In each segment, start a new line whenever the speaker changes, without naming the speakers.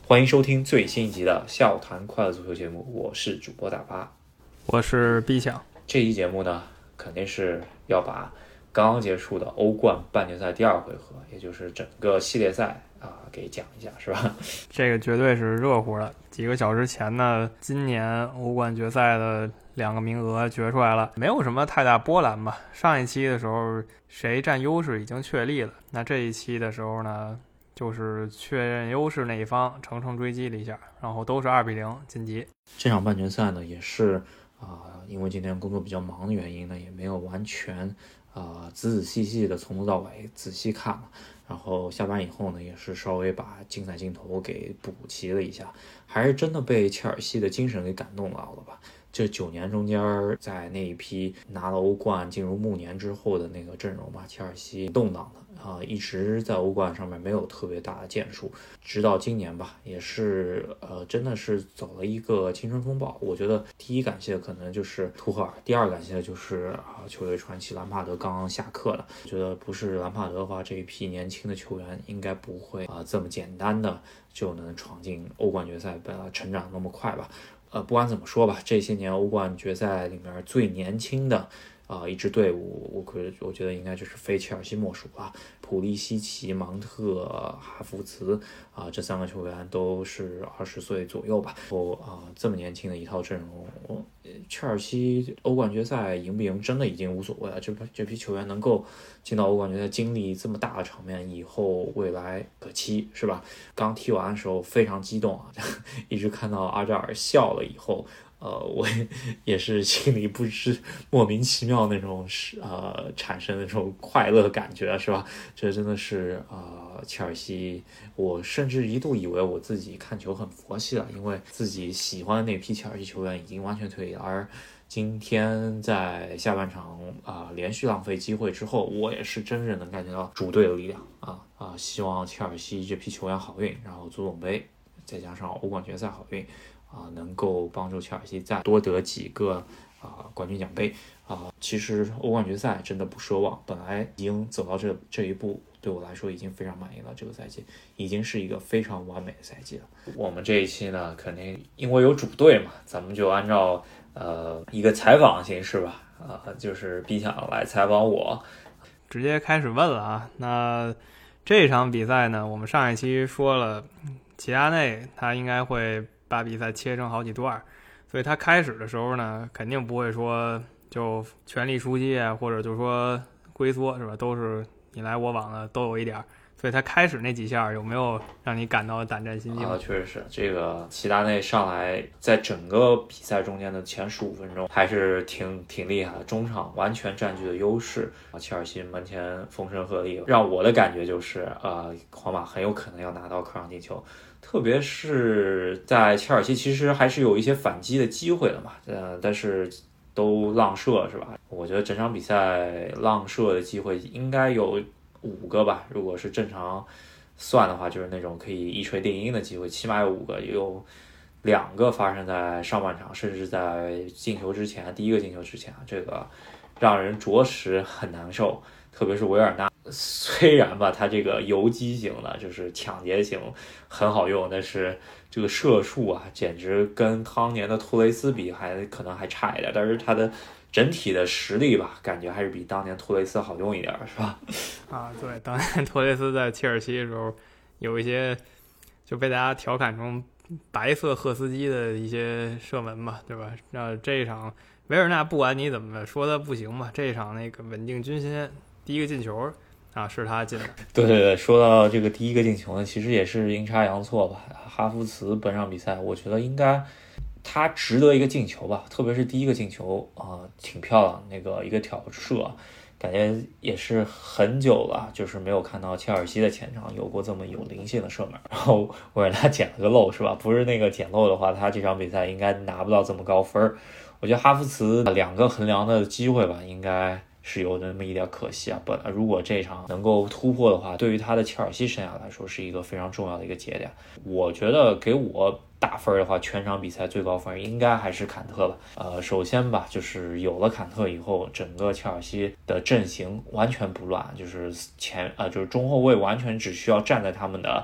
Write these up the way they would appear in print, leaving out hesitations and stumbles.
欢迎收听最新一集的笑谈快乐足球节目，我是主播大巴，
我是 B 强。
这期节目呢，肯定是要把刚刚结束的欧冠半决赛第二回合，也就是整个系列赛给讲一下，是吧？
这个绝对是热乎的。几个小时前呢，今年欧冠决赛的2个名额决出来了，没有什么太大波澜吧。上一期的时候，谁占优势已经确立了，那这一期的时候呢，就是确认优势那一方乘胜追击了一下，然后都是2-0晋级。
这场半决赛呢，也是因为今天工作比较忙的原因呢，也没有完全仔仔细细的从头到尾仔细看了。然后下班以后呢，也是稍微把精彩镜头给补齐了一下，还是真的被切尔西的精神给感动到了吧。这9年中间，在那一批拿了欧冠进入暮年之后的那个阵容吧，切尔西动荡的一直在欧冠上面没有特别大的建树，直到今年吧，也是真的是走了一个青春风暴。我觉得第一感谢可能就是图赫尔，第二感谢就是球队传奇兰帕德刚刚下课了。我觉得不是兰帕德的话，这一批年轻的球员应该不会这么简单的就能闯进欧冠决赛，成长那么快吧。不管怎么说吧，这些年欧冠决赛里面最年轻的一支队伍，我觉得应该就是非切尔西莫属啊。普利西奇、芒特、哈弗茨这3个球员都是20岁左右吧。这么年轻的一套阵容，切尔西欧冠决赛赢不赢真的已经无所谓了。这批球员能够进到欧冠决赛，经历这么大的场面，以后未来可期，是吧？刚踢完的时候非常激动一直看到阿扎尔笑了以后。我也是心里不知莫名其妙那种产生那种快乐感觉，是吧？这真的是切尔西，我甚至一度以为我自己看球很佛系了，因为自己喜欢的那批切尔西球员已经完全退役了，而今天在下半场连续浪费机会之后，我也是真正能感觉到主队的力量希望切尔西这批球员好运，然后足总杯再加上欧冠决赛好运能够帮助切尔西再多得几个冠军奖杯其实欧冠决赛真的不奢望，本来已经走到这一步，对我来说已经非常满意了。这个赛季已经是一个非常完美的赛季了。我们这一期呢，肯定因为有主队嘛，咱们就按照一个采访形式吧就是 B 强来采访我，
直接开始问了啊。那这场比赛呢，我们上一期说了，齐达内他应该会把比赛切成好几段，所以他开始的时候呢，肯定不会说就全力出击或者就说龟缩，是吧？都是你来我往的都有一点。所以他开始那几下有没有让你感到胆战心惊？
确实是这个齐达内上来在整个比赛中间的前15分钟还是挺厉害的，中场完全占据了优势切尔西门前风声鹤唳，让我的感觉就是皇马很有可能要拿到客场进球，特别是在切尔西其实还是有一些反击的机会的嘛但是都浪射，是吧？我觉得整场比赛浪射的机会应该有5个吧，如果是正常算的话，就是那种可以一锤定音的机会，起码有5个，有2个发生在上半场，甚至在进球之前，第一个进球之前这个让人着实很难受。特别是维尔纳，虽然吧他这个游击型的就是抢劫型很好用，但是这个射术简直跟当年的托雷斯比可能还差一点，但是他的整体的实力吧，感觉还是比当年托雷斯好用一点，是吧？
对，当年托雷斯在切尔西的时候，有一些就被大家调侃成白色赫斯基的一些射门嘛，对吧？这一场维尔纳不管你怎么说他不行吧，这一场那个稳定军心，第一个进球是他进的。
对，说到这个第一个进球呢，其实也是阴差阳错吧。哈弗茨本场比赛，我觉得应该他值得一个进球吧，特别是第一个进球挺漂亮，那个一个挑射，感觉也是很久了，就是没有看到切尔西的前场有过这么有灵性的射门。然后维尔纳捡了个漏，是吧？不是那个捡漏的话，他这场比赛应该拿不到这么高分。我觉得哈弗茨2个横梁的机会吧，应该是有那么一点可惜如果这场能够突破的话，对于他的切尔西生涯来说是一个非常重要的一个节点。我觉得给我打分的话，全场比赛最高分应该还是坎特吧。首先吧，就是有了坎特以后，整个切尔西的阵型完全不乱，就是就是中后卫完全只需要站在他们的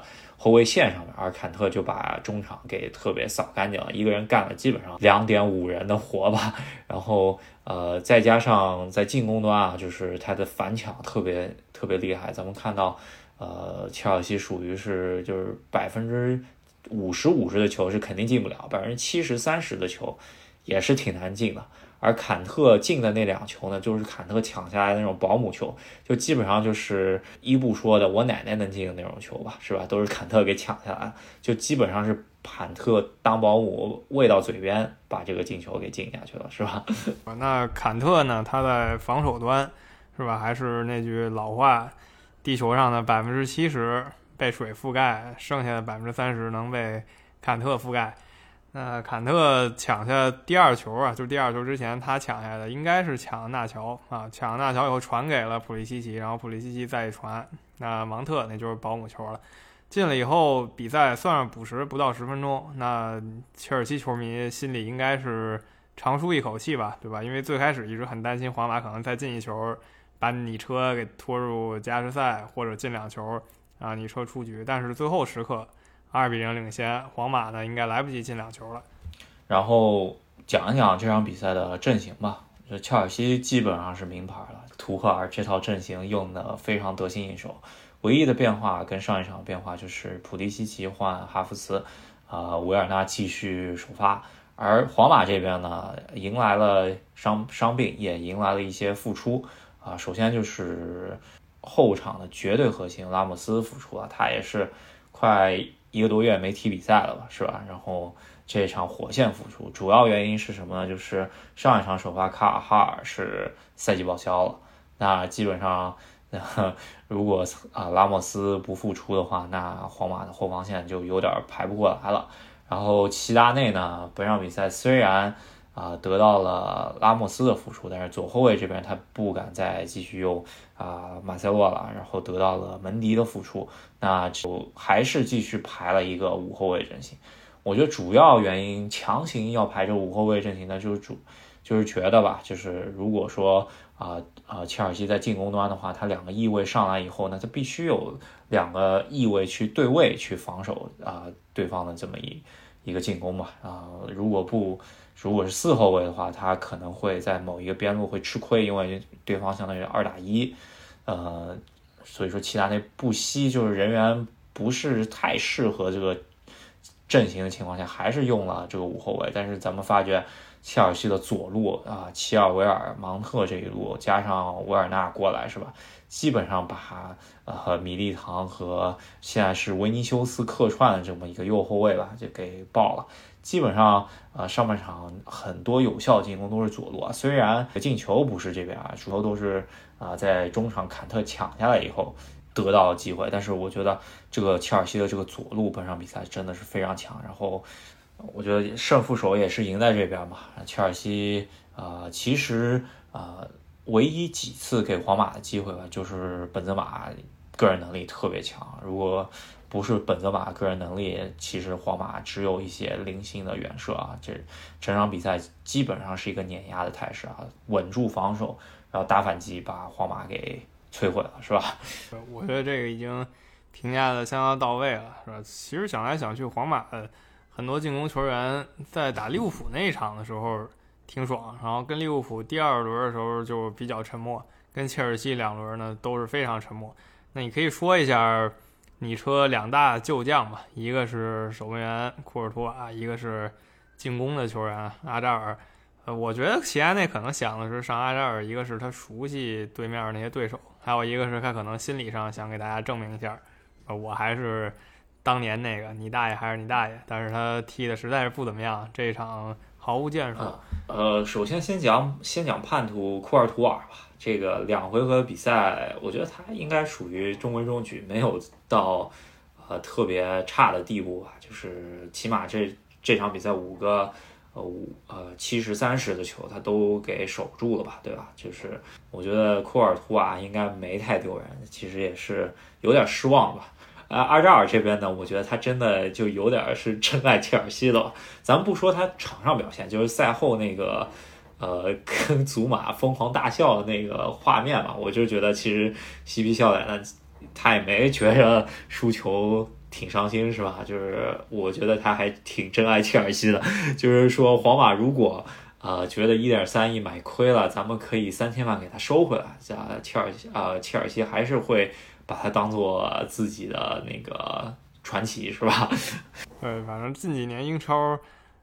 后卫线上面，而坎特就把中场给特别扫干净了，一个人干了基本上2.5人的活吧。然后再加上在进攻端啊，就是他的反抢特别厉害。咱们看到切尔西属于是就是50%的球是肯定进不了，70%-30%的球也是挺难进的。而坎特进的那2球呢，就是坎特抢下来的那种保姆球，就基本上就是伊布说的我奶奶能进的那种球吧，是吧？都是坎特给抢下来，就基本上是坎特当保姆喂到嘴边，把这个进球给进下去了，是吧？
那坎特呢，他在防守端是吧？还是那句老话，地球上的70%被水覆盖，剩下的30%能被坎特覆盖。那坎特抢下第2球啊，就是第2球之前他抢下的应该是抢纳乔啊，抢纳乔以后传给了普利西奇，然后普利西奇再一传，那芒特那就是保姆球了。进了以后，比赛算上补时不到10分钟，那切尔西球迷心里应该是长舒一口气吧，对吧？因为最开始一直很担心皇马可能再进1球，把你车给拖入加时赛，或者进2球啊，你车出局。但是最后时刻2-0领先，皇马呢应该来不及进2球了。
然后讲一讲这场比赛的阵型吧。切尔西基本上是名牌了，图赫尔这套阵型用的非常得心应手。唯一的变化跟上一场变化就是普利西奇换哈弗茨，维尔纳继续首发。而皇马这边呢，迎来了伤病，也迎来了一些复出首先就是后场的绝对核心拉莫斯复出了，他也是快1个多月没踢比赛了吧，是吧？然后这场火线复出，主要原因是什么呢？就是上一场首发卡尔哈尔是赛季报销了，那基本上如果拉莫斯不复出的话，那皇马的后防线就有点排不过来了。然后齐达内呢，本场比赛虽然得到了拉莫斯的复出，但是左后卫这边他不敢再继续用马塞洛了，然后得到了门迪的复出，那就还是继续排了一个5后卫阵型。我觉得主要原因强行要排这5后卫阵型呢，就是觉得吧，就是如果说切尔西在进攻端的话，他2个翼卫上来以后呢，他必须有2个翼卫去对位去防守对方的这么一个进攻嘛如果是4后卫的话，他可能会在某一个边路会吃亏，因为对方相当于2打1，所以说齐达内不惜就是人员不是太适合这个阵型的情况下，还是用了这个5后卫。但是咱们发觉切尔西的左路齐尔维尔、芒特这一路加上维尔纳过来是吧，基本上把米利唐和现在是维尼修斯客串的这么一个右后卫吧，就给爆了。基本上上半场很多有效进攻都是左路虽然进球不是这边主要都是在中场坎特抢下来以后得到了机会，但是我觉得这个切尔西的这个左路本场比赛真的是非常强，然后我觉得胜负手也是赢在这边嘛。切尔西其实唯一几次给皇马的机会吧，就是本泽马个人能力特别强，如果不是本泽马个人能力，其实皇马只有一些零星的远射这整场比赛基本上是一个碾压的态势稳住防守，然后打反击把皇马给摧毁了，是吧？
我觉得这个已经评价的相当到位了，是吧？其实想来想去，皇马很多进攻球员在打利物浦那一场的时候挺爽，然后跟利物浦第2轮的时候就比较沉默，跟切尔西2轮呢都是非常沉默。那你可以说一下你车2大旧将吧，一个是守门员库尔图瓦，一个是进攻的球员阿扎尔。我觉得齐达内可能想的是上阿扎尔，一个是他熟悉对面那些对手，还有一个是他可能心理上想给大家证明一下，我还是当年那个你大爷还是你大爷。但是他踢的实在是不怎么样，这一场毫无建树。
首先先讲叛徒库尔图尔吧。这个2回合比赛，我觉得他应该属于中规中矩，没有到特别差的地步吧。就是起码这场比赛5个70-30的球他都给守住了吧，对吧？就是我觉得库尔图瓦应该没太丢人，其实也是有点失望吧。阿扎尔这边呢，我觉得他真的就有点是真爱切尔西了。咱们不说他场上表现，就是赛后那个跟祖马疯狂大笑的那个画面嘛，我就觉得其实嬉皮笑脸的，他也没觉着输球挺伤心是吧？就是我觉得他还挺真爱切尔西的，就是说皇马如果觉得1.3亿买亏了，咱们可以3000万给他收回来，切尔西还是会把他当做自己的那个传奇是吧？
对，反正近几年英超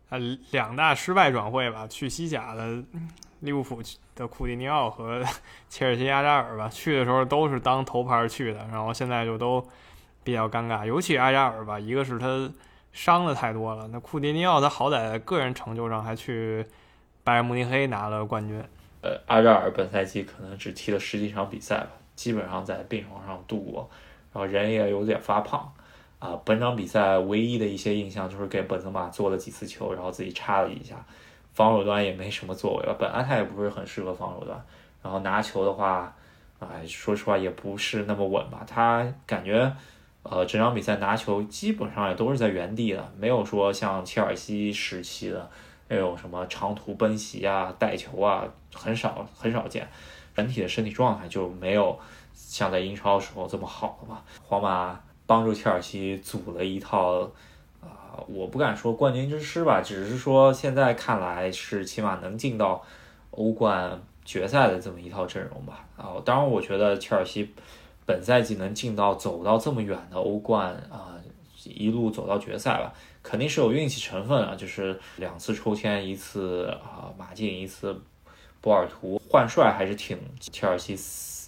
2大失败转会吧，去西甲的利物浦的库蒂尼奥和切尔西阿扎尔吧，去的时候都是当头牌去的，然后现在就都比较尴尬，尤其阿扎尔吧，一个是他伤的太多了，那库蒂尼奥他好歹个人成就上还去拜仁慕尼黑拿了冠军。
阿扎尔本赛季可能只踢了10几场比赛吧，基本上在病床上度过，然后人也有点发胖。本场比赛唯一的一些印象就是给本泽马做了几次球，然后自己插了一下，防守端也没什么作为吧。本来他也不是很适合防守端，然后拿球的话，说实话也不是那么稳吧。他感觉，整场比赛拿球基本上也都是在原地的，没有说像切尔西时期的那种什么长途奔袭啊、带球啊，很少见。整体的身体状态就没有像在英超的时候这么好了嘛。皇马帮助切尔西组了一套，我不敢说冠军之师吧，只是说现在看来是起码能进到欧冠决赛的这么一套阵容吧。当然我觉得切尔西本赛季能走到这么远的欧冠一路走到决赛吧，肯定是有运气成分啊，就是2次抽签，一次马竞，一次波尔图，换帅还是挺切尔西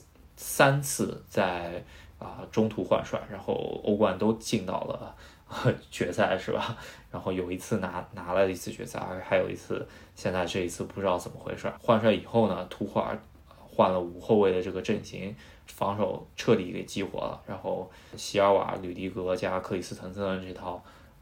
3次在中途换帅，然后欧冠都进到了决赛是吧？然后有一次拿了一次决赛，还有一次现在这一次不知道怎么回事。换帅以后呢，图赫尔换了5后卫的这个阵型，防守彻底给激活了。然后席尔瓦、吕迪格加克里斯滕森的这套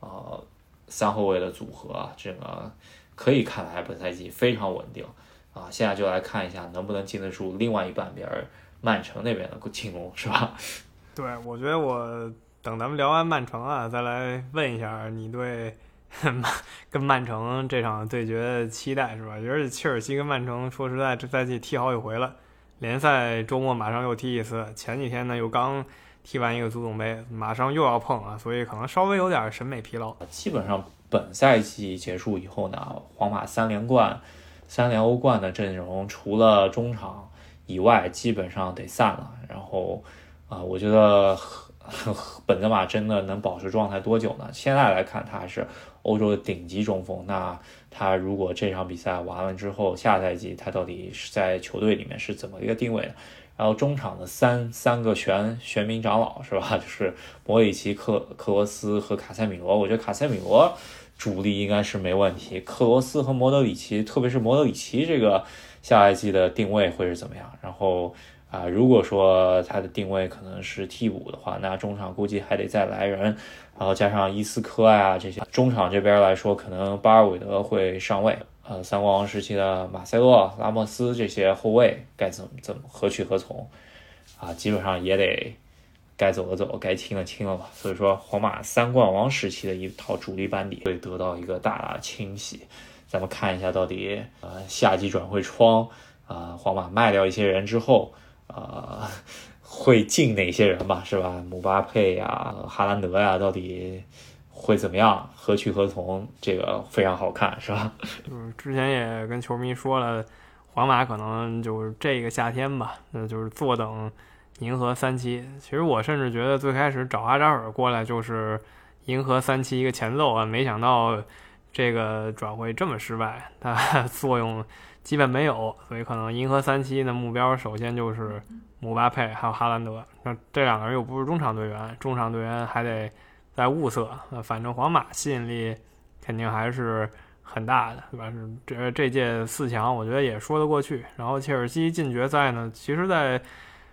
3后卫的组合，这个可以看来本赛季非常稳定现在就来看一下能不能经得住另外一半边曼城那边的进攻是吧？
对，我觉得我等咱们聊完曼城再来问一下你对跟曼城这场对决的期待是吧？而且切尔西跟曼城说实在这赛季踢好几回了，联赛周末马上又踢一次，前几天呢又刚踢完一个足总杯，马上又要碰所以可能稍微有点审美疲劳。
基本上本赛季结束以后呢，皇马3连欧冠的阵容除了中场以外基本上得散了。然后我觉得本泽马真的能保持状态多久呢？现在来看他还是欧洲的顶级中锋，那他如果这场比赛完了之后，下赛季他到底是在球队里面是怎么一个定位的？然后中场的三个玄冥长老是吧？就是莫里奇、克罗斯和卡塞米罗。我觉得卡塞米罗主力应该是没问题，克罗斯和莫德里奇，特别是莫德里奇这个下赛季的定位会是怎么样？然后如果说他的定位可能是替补的话，那中场估计还得再来人，然后加上伊斯科这些。中场这边来说，可能巴尔韦德会上位。三冠王时期的马塞洛、拉莫斯这些后卫该怎么何去何从基本上也得该走的走，该清的清了吧。所以说皇马3冠王时期的一套主力班底会得到一个大大的清洗。咱们看一下到底夏季转会窗皇马卖掉一些人之后会进哪些人吧，是吧？姆巴佩哈兰德到底会怎么样？何去何从？这个非常好看，是吧？
之前也跟球迷说了，皇马可能就是这个夏天吧，那就是坐等银河3期。其实我甚至觉得最开始找阿扎尔过来就是银河3期一个前奏没想到这个转会这么失败，它作用基本没有，所以可能银河3期的目标首先就是姆巴佩还有哈兰德。那这2个人又不是中场队员，中场队员还得在物色，反正皇马吸引力肯定还是很大的，对吧？这届4强我觉得也说得过去。然后切尔西进决赛呢，其实在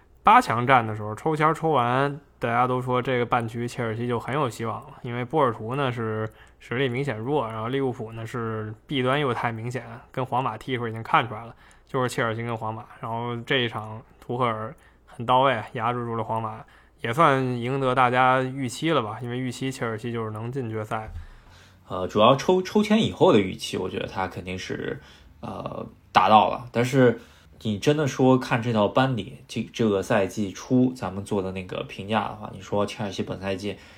8强战的时候抽签抽完，大家都说这个半区切尔西就很有希望了，因为波尔图呢是实力明显弱，然后利物浦呢是弊端又太明显，跟皇马踢出已经看出来了，就是切尔西跟皇马。然后这一场图赫尔很到位，压制住了皇马，也算赢得大家预期了吧，因为预期切尔西就是能进决赛。
主要抽签以后的预期，我觉得他肯定是达到了。但是你真的说看这套班底，这个赛季初咱们做的那个评价的话，你说切尔西本赛季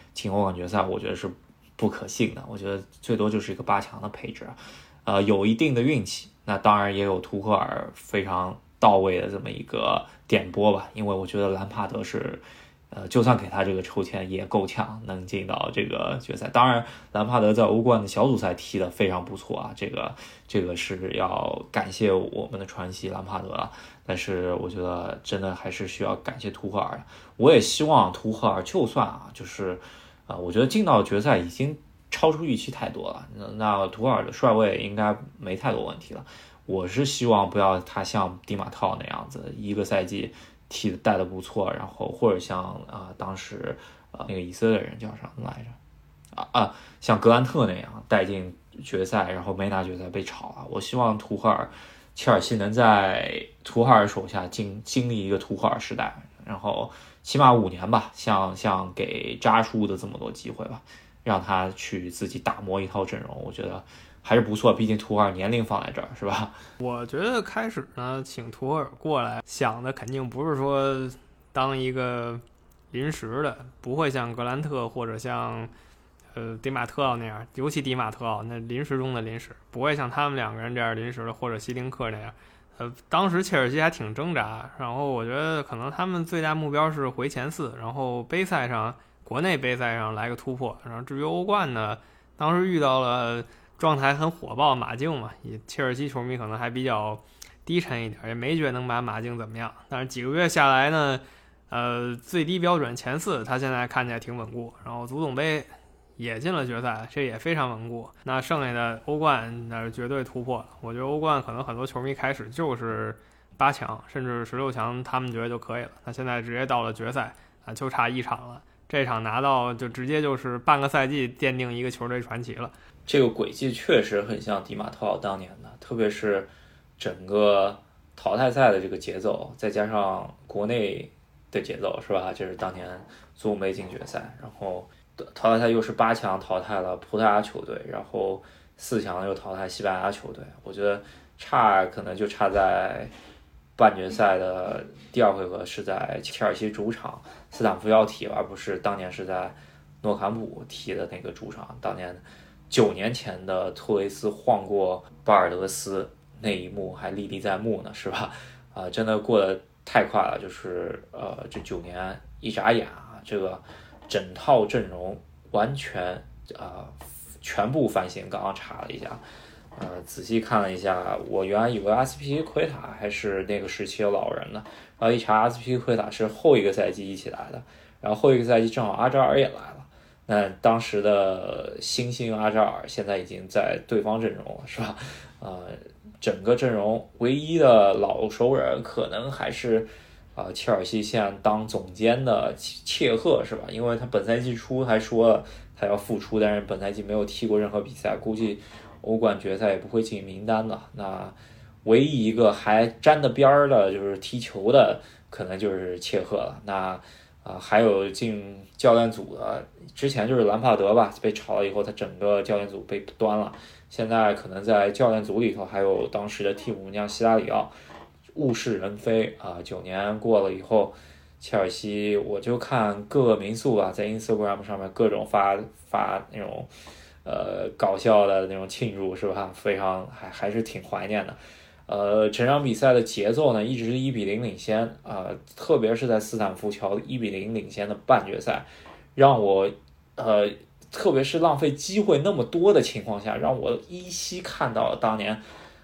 进欧冠决赛，我觉得是不可信的。我觉得最多就是一个8强的配置，有一定的运气，那当然也有图赫尔非常到位的这么一个点拨吧。因为我觉得兰帕德是，就算给他这个抽签也够呛能进到这个决赛。当然，兰帕德在欧冠的小组赛踢得非常不错啊，这个是要感谢我们的传奇兰帕德了。但是我觉得真的还是需要感谢图赫尔的。我也希望图赫尔就算就是我觉得进到决赛已经超出预期太多了，那图赫尔的帅位应该没太多问题了。我是希望不要他像迪马特那样子一个赛季带的不错，然后或者像当时那个以色列人叫啥来着像格兰特那样带进决赛，然后没拿决赛被炒了。我希望切尔西能在图赫尔手下经历一个图赫尔时代，然后起码5年吧，像给扎叔的这么多机会吧，让他去自己打磨一套阵容，我觉得还是不错。毕竟图赫尔年龄放在这儿，是吧？
我觉得开始呢，请图赫尔过来想的肯定不是说当一个临时的，不会像格兰特或者像迪马特奥那样，尤其迪马特奥那临时中的临时，不会像他们2个人这样临时的，或者希林克那样。当时切尔西还挺挣扎，然后我觉得可能他们最大目标是回前4，然后国内杯赛上来个突破。然后至于欧冠呢，当时遇到了状态很火爆马竞嘛，也切尔西球迷可能还比较低沉一点，也没觉得能把马竞怎么样。但是几个月下来呢，最低标准前4，他现在看起来挺稳固，然后足总杯也进了决赛，这也非常稳固。那剩下的欧冠那是绝对突破了。我觉得欧冠可能很多球迷开始就是8强甚至16强，他们觉得就可以了。那现在直接到了决赛就差1场了，这场拿到就直接就是半个赛季奠定一个球队传奇了。
这个轨迹确实很像迪马特奥当年的，特别是整个淘汰赛的这个节奏，再加上国内的节奏，是吧？就是当年足总杯进决赛，然后淘汰赛又是8强淘汰了葡萄牙球队，然后4强又淘汰西班牙球队。我觉得可能就差在半决赛的第2回合是在切尔西主场斯坦福桥踢，而不是当年是在诺坎普踢的那个主场。当年9年前的托雷斯晃过巴尔德斯那一幕还历历在目呢，是吧？真的过得太快了，就是这9年一眨眼这个整套阵容完全全部翻新。刚刚查了一下，仔细看了一下，我原来以为阿斯皮奎塔还是那个时期的老人呢，然后一查阿斯皮奎塔是后一个赛季一起来的，然后后一个赛季正好阿扎尔也来了。那当时的新星阿扎尔现在已经在对方阵容了，是吧？整个阵容唯一的老熟人可能还是切尔西现在当总监的切赫，是吧？因为他本赛季初还说了他要复出，但是本赛季没有踢过任何比赛，估计欧冠决赛也不会进名单了。那唯一一个还沾的边儿的就是踢球的，可能就是切赫了。那还有进教练组的，之前就是兰帕德吧，被炒了以后，他整个教练组被端了。现在可能在教练组里头还有当时的替补门将希拉里奥，物是人非9年过了以后，切尔西我就看各个民宿在 Instagram 上面各种发那种搞笑的那种庆祝，是吧？非常还是挺怀念的。整场比赛的节奏呢，一直是1-0领先特别是在斯坦福桥1-0领先的半决赛，让我特别是浪费机会那么多的情况下，让我依稀看到了当年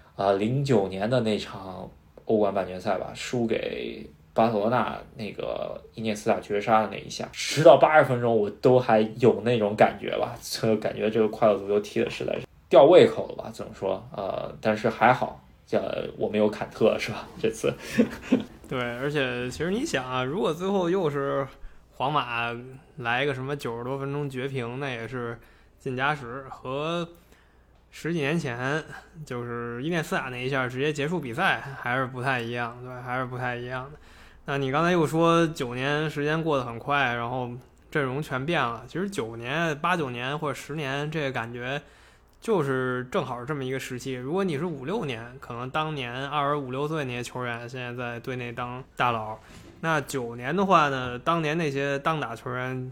09年的那场欧冠半决赛吧，输给巴塞罗那那个伊涅斯塔绝杀的那一下，直到80分钟我都还有那种感觉吧，感觉这个快乐足球踢的实在是吊胃口了吧，怎么说但是还好我没有坎特，是吧？这次
对，而且其实你想如果最后又是皇马来一个什么90多分钟绝平，那也是进加时，和10几年前就是伊涅斯塔那一下直接结束比赛还是不太一样，对，还是不太一样的。那你刚才又说9年时间过得很快，然后阵容全变了，其实9年、8、9年或者10年，这个感觉就是正好这么一个时期。如果你是5、6年，可能当年25、26岁那些球员现在在队内当大佬，那9年的话呢，当年那些当打球员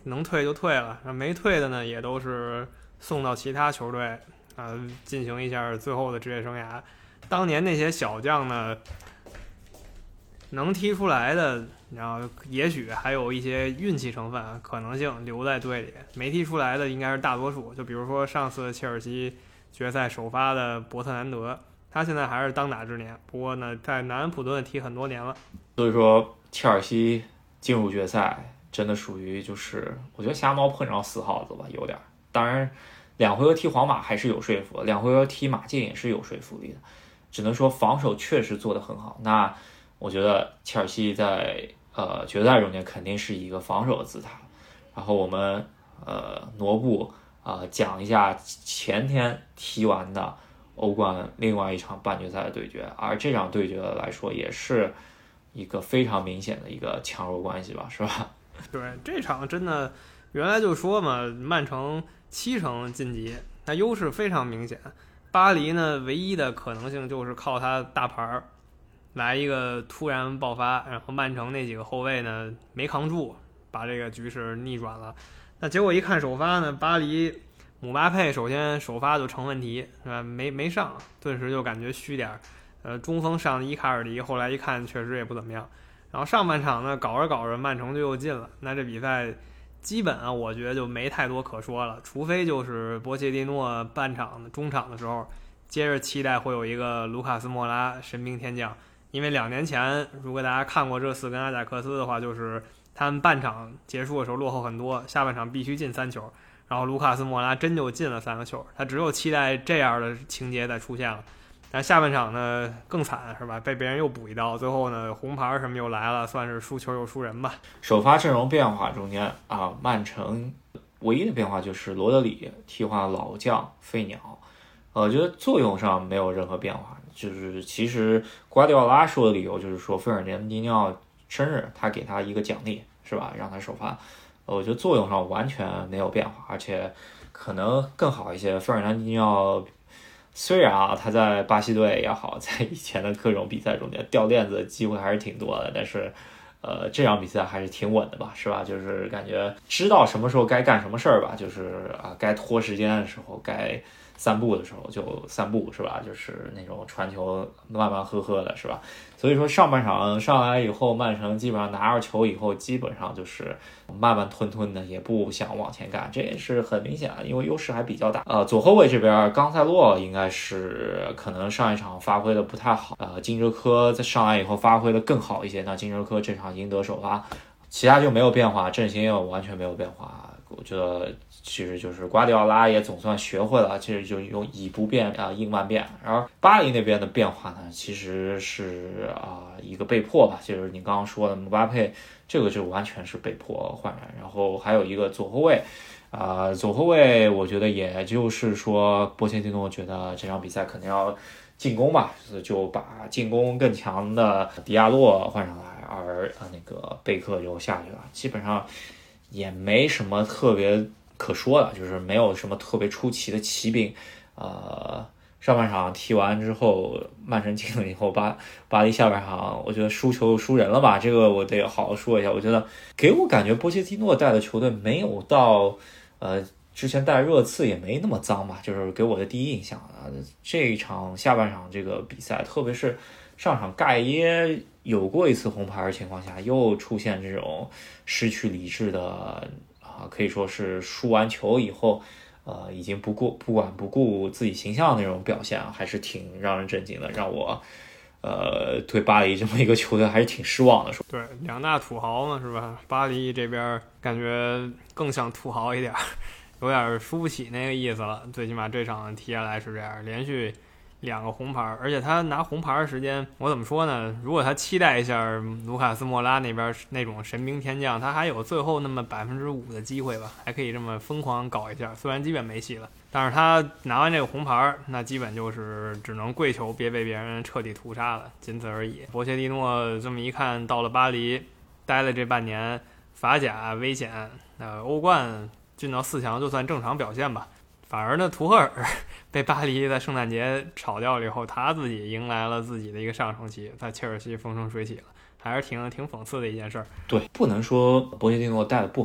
能退就退了，没退的呢也都是送到其他球队进行一下最后的职业生涯。当年那些小将呢，能踢出来的，然后也许还有一些运气成分可能性留在队里，没踢出来的应该是大多数。就比如说上次切尔西决赛首发的伯特南德，他现在还是当打之年，不过呢在南安普顿踢很多年了。
所以说切尔西进入决赛真的属于就是我觉得瞎猫碰上死耗子吧，有点。当然2回合踢皇马还是有说服，2回合踢马竞也是有说服力的，只能说防守确实做得很好。那我觉得切尔西在决赛中间肯定是一个防守的姿态。然后我们挪步讲一下前天踢完的欧冠另外一场半决赛的对决，而这场对决来说也是一个非常明显的一个强弱关系吧，是吧？
对，这场真的原来就说嘛，曼城70%晋级，那优势非常明显。巴黎呢，唯一的可能性就是靠他大牌来一个突然爆发，然后曼城那几个后卫呢没扛住，把这个局势逆转了。那结果一看首发呢，巴黎姆巴佩首先首发就成问题，是吧？没上，顿时就感觉虚点。中锋上的伊卡尔迪，后来一看确实也不怎么样。然后上半场呢，搞着搞着曼城就又进了，那这比赛基本我觉得就没太多可说了，除非就是波切蒂诺中场的时候，接着期待会有一个卢卡斯莫拉神兵天降。因为2年前如果大家看过热刺跟阿贾克斯的话，就是他们半场结束的时候落后很多，下半场必须进3球，然后卢卡斯莫拉真就进了3个球，他只有期待这样的情节再出现了。但下半场呢更惨，是吧？被别人又补一刀，最后呢红牌什么又来了，算是输球又输人吧。
首发阵容变化中间曼城唯一的变化就是罗德里替换老将费鸟，我觉得作用上没有任何变化。就是其实瓜迪奥拉说的理由就是说费尔南迪尼奥生日，他给他一个奖励，是吧？让他首发。我觉得作用上完全没有变化，而且可能更好一些。费尔南迪尼奥虽然他在巴西队也好，在以前的各种比赛中间掉链子的机会还是挺多的，但是这场比赛还是挺稳的吧，是吧？就是感觉知道什么时候该干什么事儿吧，就是该拖时间的时候，该散步的时候就散步，是吧？就是那种传球慢慢呵呵的，是吧？所以说上半场上来以后，曼城基本上拿着球以后，基本上就是慢慢吞吞的，也不想往前干，这也是很明显的，因为优势还比较大。左后卫这边冈塞洛应该是可能上一场发挥的不太好，金哲科在上来以后发挥的更好一些，那金哲科这场赢得首发，其他就没有变化，阵型也完全没有变化。我觉得其实就是瓜迪奥拉也总算学会了，其实就用以不变应万变。然后巴黎那边的变化呢，其实是一个被迫吧，就是你刚刚说的姆巴佩，这个就完全是被迫换人。然后还有一个左后卫，左后卫我觉得也就是说波切蒂诺觉得这场比赛可能要进攻吧，就把进攻更强的迪亚洛换上来，而那个贝克就下去了，基本上也没什么特别可说的，就是没有什么特别出奇的奇兵。上半场踢完之后，曼城进了以后，巴黎下半场我觉得输球输人了吧，这个我得好好说一下。我觉得给我感觉波切蒂诺带的球队没有到之前带热刺也没那么脏吧，就是给我的第一印象这一场下半场这个比赛，特别是上场盖耶有过一次红牌的情况下，又出现这种失去理智的可以说是输完球以后已经不管不顾自己形象的那种表现还是挺让人震惊的，让我对巴黎这么一个球队还是挺失望的。
对，两大土豪嘛，是吧？巴黎这边感觉更像土豪一点，有点输不起那个意思了。最起码这场踢下来是这样，连续2个红牌，而且他拿红牌的时间，我怎么说呢？如果他期待一下卢卡斯莫拉那边那种神兵天降，他还有最后那么5%的机会吧，还可以这么疯狂搞一下。虽然基本没戏了，但是他拿完这个红牌，那基本就是只能跪求别被别人彻底屠杀了，仅此而已。博切蒂诺这么一看，到了巴黎待了这半年，法甲危险，欧冠进到4强就算正常表现吧。反而呢，图赫尔被巴黎在圣诞节炒掉了以后，他自己迎来了自己的一个上升期，在切尔西风生水起了，还是挺讽刺的一件事儿。
对，不能说博切蒂诺带的不好，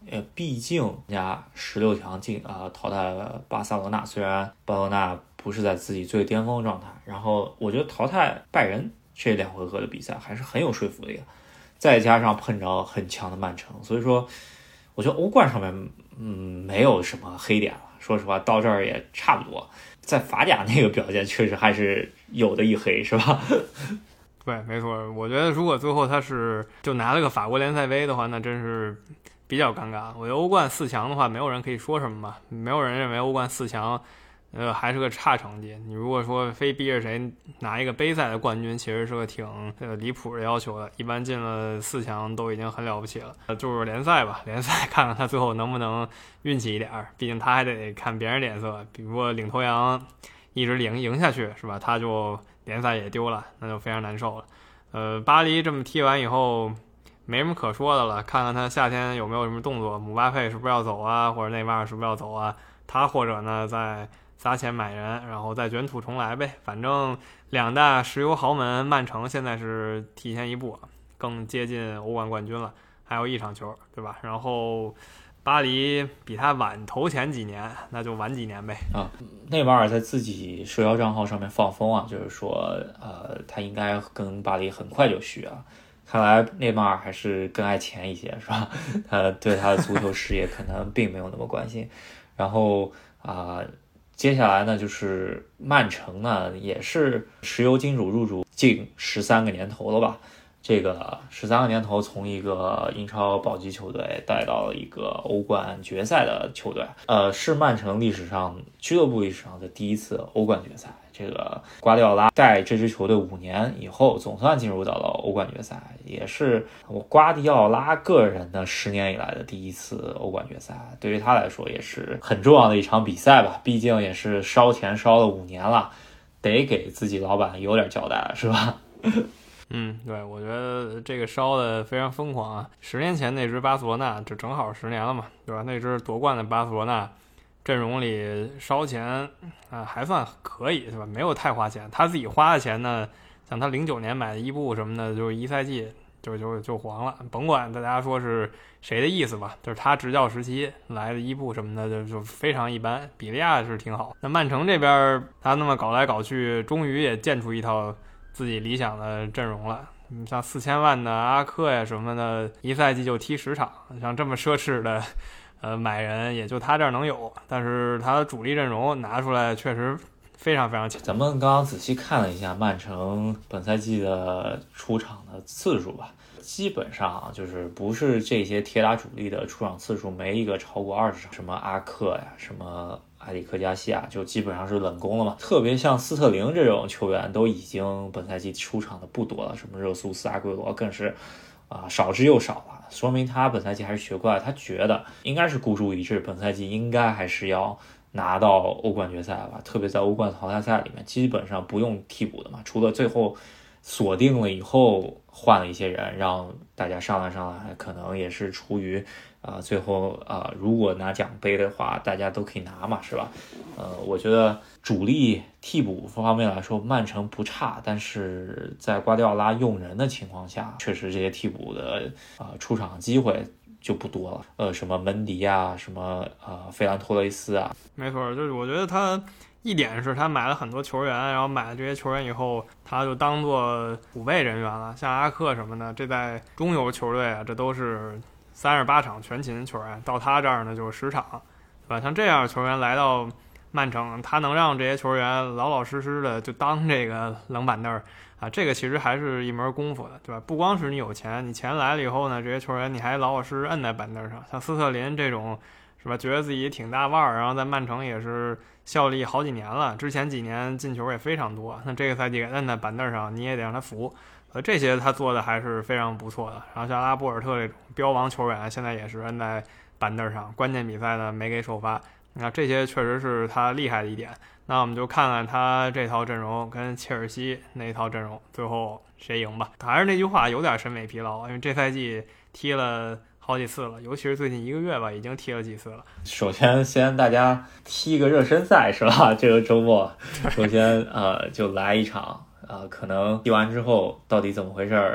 毕竟人家16强淘汰了巴塞罗那，虽然巴塞罗那不是在自己最巅峰状态，然后我觉得淘汰拜仁这2回合的比赛还是很有说服力的，再加上碰着很强的曼城，所以说我觉得欧冠上面没有什么黑点了，说实话到这儿也差不多。在法甲那个表现确实还是有的一黑，是吧？
对，没错。我觉得如果最后他是就拿了个法国联赛杯的话，那真是比较尴尬。我觉得欧冠4强的话，没有人可以说什么吧，没有人认为欧冠4强还是个差成绩。你如果说非逼着谁拿一个杯赛的冠军，其实是个挺离谱的要求的。一般进了4强都已经很了不起了。就是联赛吧，联赛看看他最后能不能运气一点，毕竟他还得看别人脸色。比如说领头羊一直赢下去，是吧？他就联赛也丢了，那就非常难受了。巴黎这么踢完以后没什么可说的了，看看他夏天有没有什么动作，姆巴佩是不是要走啊，或者内马尔是不是要走啊？他或者呢再砸钱买人，然后再卷土重来呗。反正2大石油豪门曼城现在是提前一步，更接近欧冠冠军了，还有1场球，对吧？然后巴黎比他晚投前几年，那就晚几年呗。
内马尔在自己社交账号上面放风啊，就是说他应该跟巴黎很快就续啊。看来内马尔还是更爱钱一些，是吧？他对他的足球事业可能并没有那么关心。然后接下来呢，就是曼城呢，也是石油金主入主近13个年头了吧？这个13个年头，从一个英超保级球队带到了一个欧冠决赛的球队，是曼城俱乐部历史上的第一次欧冠决赛。这个瓜迪奥拉带这支球队5年以后，总算进入到了欧冠决赛，也是瓜迪奥拉个人的10年以来的第一次欧冠决赛。对于他来说，也是很重要的一场比赛吧，毕竟也是烧钱烧了5年了，得给自己老板有点交代了，是吧？
对，我觉得这个烧的非常疯狂啊！10年前那支巴塞罗那就正好10年了嘛，对吧？那支夺冠的巴塞罗那阵容里烧钱还算可以，对吧？没有太花钱，他自己花的钱呢，像他09年买的伊布什么的，就是一赛季就黄了。甭管大家说是谁的意思吧，就是他执教时期来的伊布什么的就非常一般。比利亚是挺好，那曼城这边他那么搞来搞去，终于也建出一套自己理想的阵容了。像4000万的阿克呀什么的，一赛季就踢10场，像这么奢侈的买人也就他这儿能有，但是他的主力阵容拿出来确实非常非常强。
咱们刚刚仔细看了一下曼城本赛季的出场的次数吧，基本上就是不是这些铁打主力的出场次数没一个超过20场，什么阿克呀，什么埃里克加西亚就基本上是冷宫了嘛。特别像斯特林这种球员都已经本赛季出场的不多了，什么热苏斯、阿圭罗更是少之又少了，说明他本赛季还是学乖了，他觉得应该是孤注一掷，本赛季应该还是要拿到欧冠决赛吧。特别在欧冠淘汰赛里面基本上不用替补的嘛，除了最后锁定了以后换了一些人让大家上来，可能也是出于最后如果拿奖杯的话大家都可以拿嘛，是吧？我觉得主力替补方面来说曼城不差，但是在瓜迪奥拉用人的情况下，确实这些替补的出场机会就不多了。什么门迪啊，什么费兰托雷斯啊，
没错，就是我觉得他一点是他买了很多球员，然后买了这些球员以后，他就当做储备人员了。像阿克什么的，这在中游球队啊，这都是38场全勤球员，到他这儿呢就是10场，对吧？像这样的球员来到曼城，他能让这些球员老老实实的就当这个冷板凳这个其实还是一门功夫的，对吧？不光是你有钱，你钱来了以后呢，这些球员你还老老实实摁在板凳上。像斯特林这种，是吧？觉得自己挺大腕儿，然后在曼城也是效力好几年了，之前几年进球也非常多。那这个赛季给摁在板凳上，你也得让他服。这些他做的还是非常不错的。然后像拉波尔特这种标王球员，现在也是摁在板凳上，关键比赛呢没给首发。那这些确实是他厉害的一点。那我们就看看他这套阵容跟切尔西那套阵容最后谁赢吧。还是那句话，有点审美疲劳，因为这赛季踢了好几次了，尤其是最近1个月吧，已经踢了几次了。
首先大家踢个热身赛是吧？这个周末首先就来一场可能踢完之后到底怎么回事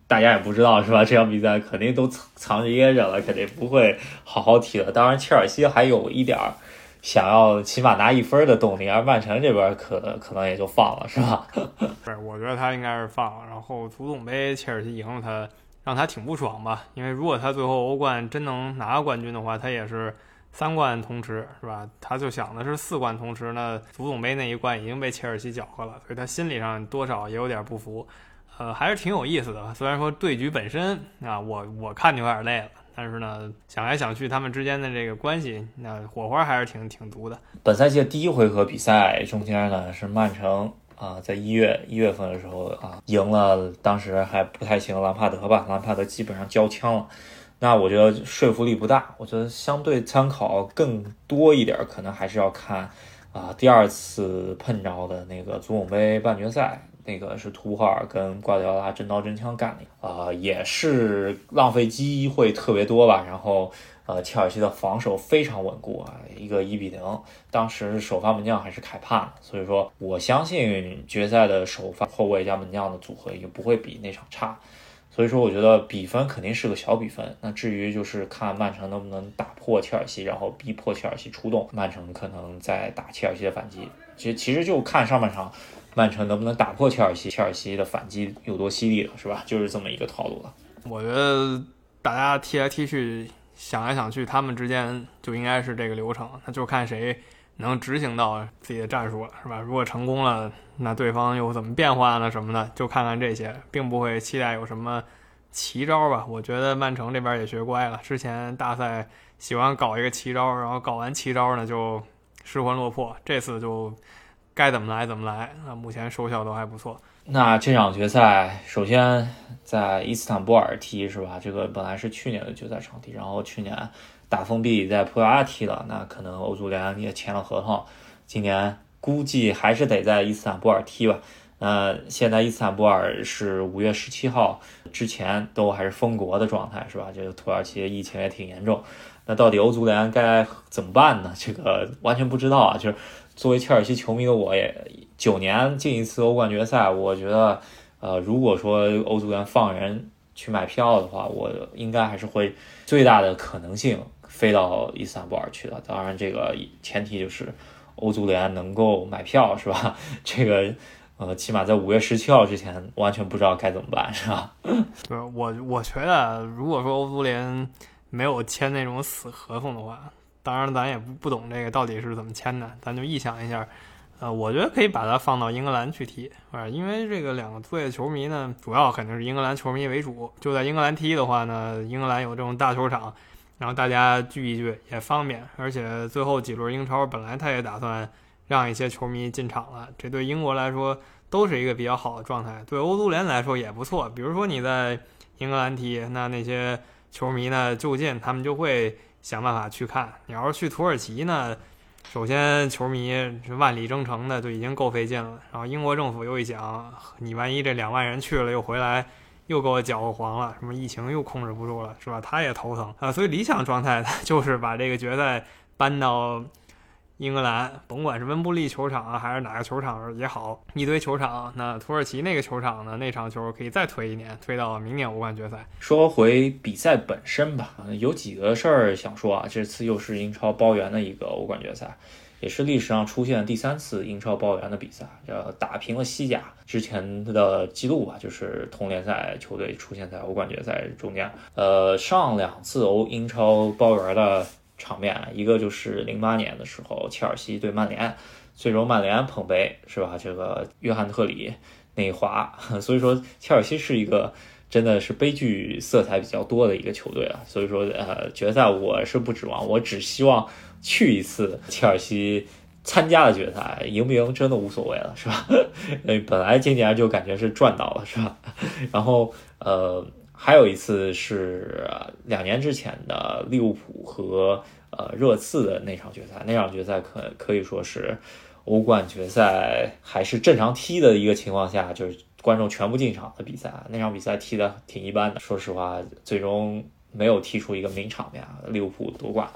大家也不知道是吧？这场比赛肯定都藏着掖着了，肯定不会好好踢了。当然，切尔西还有一点想要起码拿1分的动力，而曼城这边可能也就放了，是吧？
对，我觉得他应该是放了。然后足总杯切尔西赢了他，让他挺不爽吧？因为如果他最后欧冠真能拿冠军的话，他也是3冠同时，是吧？他就想的是4冠同时呢，足总杯那一冠已经被切尔西搅和了，所以他心理上多少也有点不服。还是挺有意思的。虽然说对局本身啊，我看就有点累了，但是呢，想来想去，他们之间的这个关系，那火花还是挺足的。
本赛季的第1回合比赛中间呢，是曼城在一月份的时候赢了当时还不太行的兰帕德吧，兰帕德基本上交枪了。那我觉得说服力不大，我觉得相对参考更多一点，可能还是要看第2次碰着的那个足总杯半决赛。那个是图赫尔跟瓜迪奥拉真刀真枪干的，也是浪费机会特别多吧。然后切尔西的防守非常稳固一个1-0，当时首发门将还是凯帕，所以说我相信决赛的首发后卫加门将的组合也不会比那场差。所以说我觉得比分肯定是个小比分，那至于就是看曼城能不能打破切尔西，然后逼迫切尔西出动，曼城可能在打切尔西的反击。其实就看上半场曼城能不能打破切尔西的反击有多犀利了，是吧？就是这么一个套路了。
我觉得大家踢来踢去，想来想去，他们之间就应该是这个流程，那就看谁能执行到自己的战术了，是吧？如果成功了，那对方又怎么变化呢？什么的，就看看这些，并不会期待有什么奇招吧。我觉得曼城这边也学乖了，之前大赛喜欢搞一个奇招，然后搞完奇招呢就失魂落魄，这次就该怎么来怎么来，目前收效都还不错。
那这场决赛首先在伊斯坦布尔踢，是吧？这个本来是去年的决赛场地，然后去年打封闭在葡萄牙踢了，那可能欧足联也签了合同，今年估计还是得在伊斯坦布尔踢吧。现在伊斯坦布尔是5月17号之前都还是封国的状态，是吧？这个土耳其疫情也挺严重，那到底欧足联该怎么办呢？这个完全不知道就是作为切尔西球迷的我，也9年进一次欧冠决赛，我觉得如果说欧足联放人去买票的话，我应该还是会最大的可能性飞到伊斯坦布尔去的。当然这个前提就是欧足联能够买票，是吧？这个起码在5月17号之前完全不知道该怎么办，是吧？
对，我觉得如果说欧足联没有签那种死合同的话，当然咱也不懂这个到底是怎么签的，咱就臆想一下。我觉得可以把它放到英格兰去踢，因为这个2个队的球迷呢，主要肯定是英格兰球迷为主。就在英格兰踢的话呢，英格兰有这种大球场，然后大家聚一聚也方便。而且最后几轮英超本来他也打算让一些球迷进场了，这对英国来说都是一个比较好的状态，对欧足联来说也不错。比如说你在英格兰踢，那些球迷呢就近，他们就会想办法去看。你要是去土耳其呢，首先球迷是万里征程的，就已经够费劲了。然后英国政府又一想，你万一这2万人去了又回来，又给我搅和黄了，什么疫情又控制不住了，是吧？他也头疼所以理想状态就是把这个决赛搬到英格兰，甭管是温布利球场还是哪个球场也好，一堆球场。那土耳其那个球场呢，那场球可以再推1年，推到明年欧冠决赛。
说回比赛本身吧，有几个事儿想说这次又是英超包圆的一个欧冠决赛，也是历史上出现第3次英超包圆的比赛，打平了西甲之前的记录吧，就是同联赛球队出现在欧冠决赛中间。上2次英超包圆的场面，一个就是08年的时候切尔西对曼联，最终曼联捧杯，是吧？这个约翰特里内滑，所以说切尔西是一个真的是悲剧色彩比较多的一个球队了。所以说决赛我是不指望，我只希望去一次切尔西参加的决赛，赢不赢真的无所谓了，是吧？本来今年就感觉是赚到了，是吧？然后还有一次是2年之前的利物浦和热刺的那场决赛，那场决赛可以说是欧冠决赛还是正常踢的一个情况下，就是观众全部进场的比赛。那场比赛踢得挺一般的，说实话最终没有踢出一个名场面，利物浦夺冠。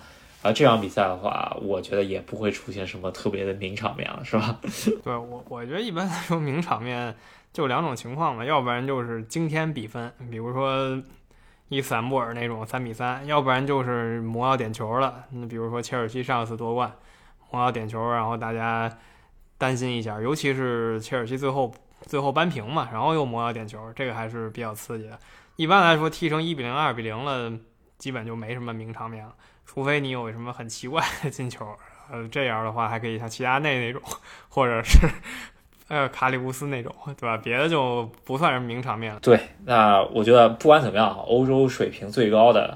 而这场比赛的话，我觉得也不会出现什么特别的名场面了，是吧？
对，我觉得一般来说名场面就两种情况嘛，要不然就是惊天比分，比如说伊斯坦布尔那种3-3，要不然就是魔到点球了。那比如说切尔西上次夺冠，魔到点球，然后大家担心一下，尤其是切尔西最后扳平嘛，然后又魔到点球，这个还是比较刺激的。一般来说，踢成1-0、2-0了，基本就没什么名场面了，除非你有什么很奇怪的进球。这样的话还可以像齐达内那种，或者是卡里乌斯那种，对吧？别的就不算是名场面了。
对，那我觉得不管怎么样，欧洲水平最高的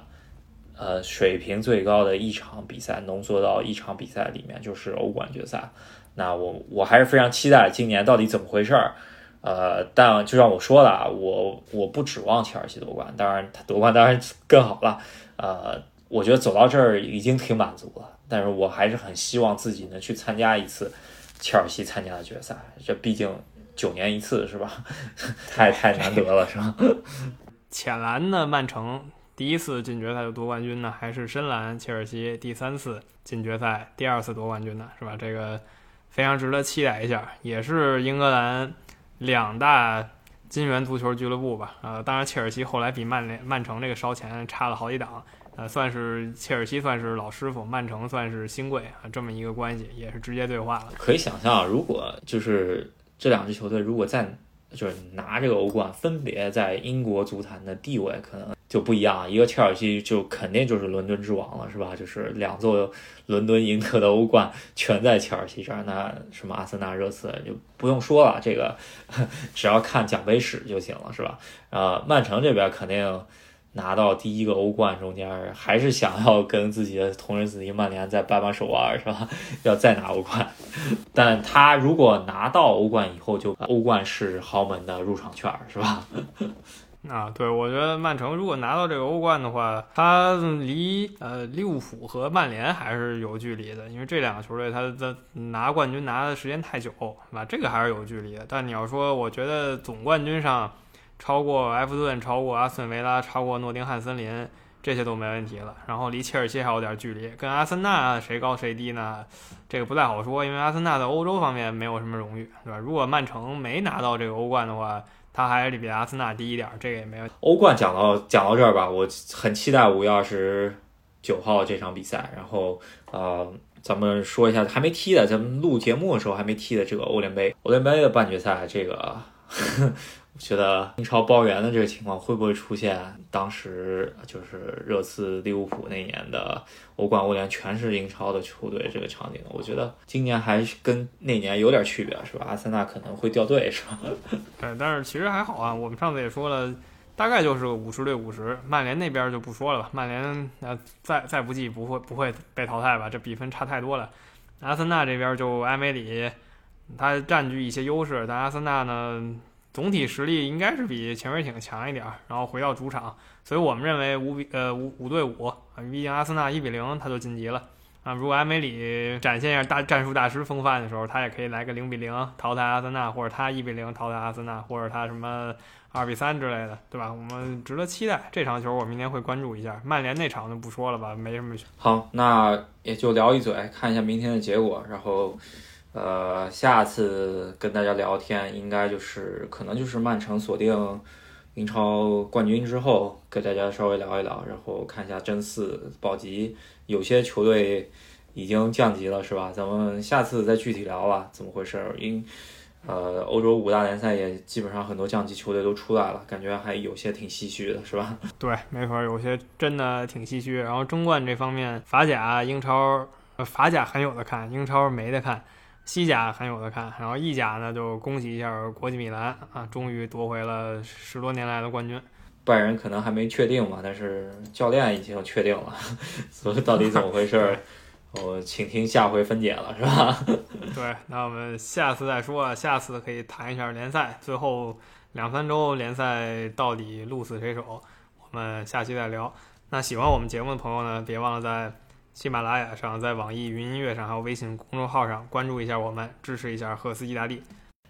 一场比赛浓缩到一场比赛里面就是欧冠决赛。那我还是非常期待今年到底怎么回事儿。但就像我说了，我不指望切尔西夺冠，当然他夺冠当然更好了。我觉得走到这儿已经挺满足了，但是我还是很希望自己能去参加一次切尔西参加的决赛，这毕竟9年一次是吧？太难得了是吧？
浅蓝的曼城第一次进决赛就夺冠军呢，还是深蓝切尔西第3次进决赛第2次夺冠军呢，是吧？这个非常值得期待一下，也是英格兰2大金元足球俱乐部吧。当然切尔西后来比曼城这个烧钱差了好几档。算是切尔西算是老师傅，曼城算是新贵啊，这么一个关系也是直接对话了。
可以想象，如果就是这2支球队如果就是拿这个欧冠，分别在英国足坛的地位可能就不一样。一个切尔西就肯定就是伦敦之王了，是吧？就是2座伦敦赢得的欧冠全在切尔西这儿，那什么阿森纳、热刺就不用说了，这个只要看奖杯史就行了，是吧？曼城这边肯定拿到第1个欧冠，中间还是想要跟自己的同人子弟曼联再扳扳手腕，是吧？要再拿欧冠。但他如果拿到欧冠以后，就欧冠是豪门的入场券，是吧？
对，我觉得曼城如果拿到这个欧冠的话，他离利物浦和曼联还是有距离的，因为这2个球队他的拿冠军拿的时间太久，是吧？这个还是有距离的。但你要说，我觉得总冠军上超过埃弗顿、超过阿斯顿维拉、超过诺丁汉森林，这些都没问题了。然后离切尔西还有点距离，跟阿森纳谁高谁低呢？这个不太好说，因为阿森纳在欧洲方面没有什么荣誉，对吧？如果曼城没拿到这个欧冠的话，他还是比阿森纳低一点，这个也没有。
欧冠讲到这儿吧，我很期待5月29号这场比赛。然后咱们说一下还没踢的，咱们录节目的时候还没踢的这个欧联杯的半决赛，这个我觉得英超包圆的这个情况会不会出现当时就是热刺利物浦那年的欧冠欧联全是英超的球队这个场景？我觉得今年还是跟那年有点区别，是吧？阿森纳可能会掉队，是吧？
对，但是其实还好啊，我们上次也说了，大概就是50对50。曼联那边就不说了吧，曼联再不济不会被淘汰吧，这比分差太多了。阿森纳这边就埃梅里他占据一些优势，但阿森纳呢总体实力应该是比钱维挺强一点，然后回到主场，所以我们认为5对5，毕竟阿森纳1-0他就晋级了啊。如果埃梅里展现一下战术大师风范的时候，他也可以来个0-0淘汰阿森纳，或者他1-0淘汰阿森纳，或者他什么2-3之类的，对吧？我们值得期待这场球，我明天会关注一下。曼联那场就不说了吧，没什么。
好，那也就聊一嘴，看一下明天的结果，然后下次跟大家聊天应该可能就是曼城锁定英超冠军之后，跟大家稍微聊一聊，然后看一下争4保级，有些球队已经降级了，是吧？咱们下次再具体聊吧，怎么回事？欧洲5大联赛也基本上很多降级球队都出来了，感觉还有些挺唏嘘的，是吧？
对，没错，有些真的挺唏嘘。然后争冠这方面，法甲、英超，法甲很有的看，英超没得看。西甲很有的看，然后意甲呢，就恭喜一下国际米兰啊，终于夺回了10多年来的冠军。
拜仁可能还没确定嘛，但是教练已经确定了，所以到底怎么回事？请听下回分解了，是吧？
对，那我们下次再说，下次可以谈一下联赛，最后2-3周联赛到底鹿死谁手，我们下期再聊。那喜欢我们节目的朋友呢，别忘了在喜马拉雅上，在网易云音乐上，还有微信公众号上关注一下我们，支持一下赫斯基大帝。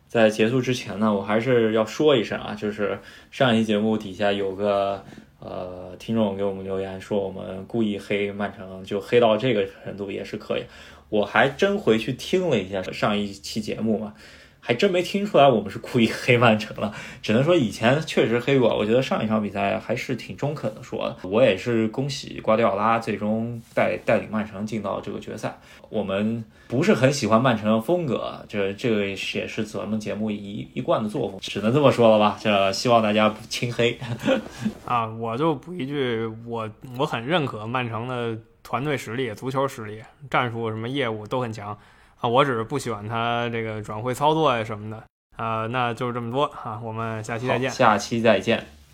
在结束之前呢，我还是要说一声啊，就是上一期节目底下有个听众给我们留言说我们故意黑曼城，就黑到这个程度也是可以。我还真回去听了一下上一期节目嘛，还真没听出来我们是故意黑曼城了，只能说以前确实黑过。我觉得上一场比赛还是挺中肯的说的。我也是恭喜瓜迪奥拉最终带领曼城进到这个决赛。我们不是很喜欢曼城的风格，这个也是咱们节目一贯的作风，只能这么说了吧。这希望大家不轻黑
啊。我就补一句，我很认可曼城的团队实力、足球实力、战术什么业务都很强啊，我只是不喜欢他这个转会操作呀什么的啊。那就是这么多啊，我们下期再见。
下期再见。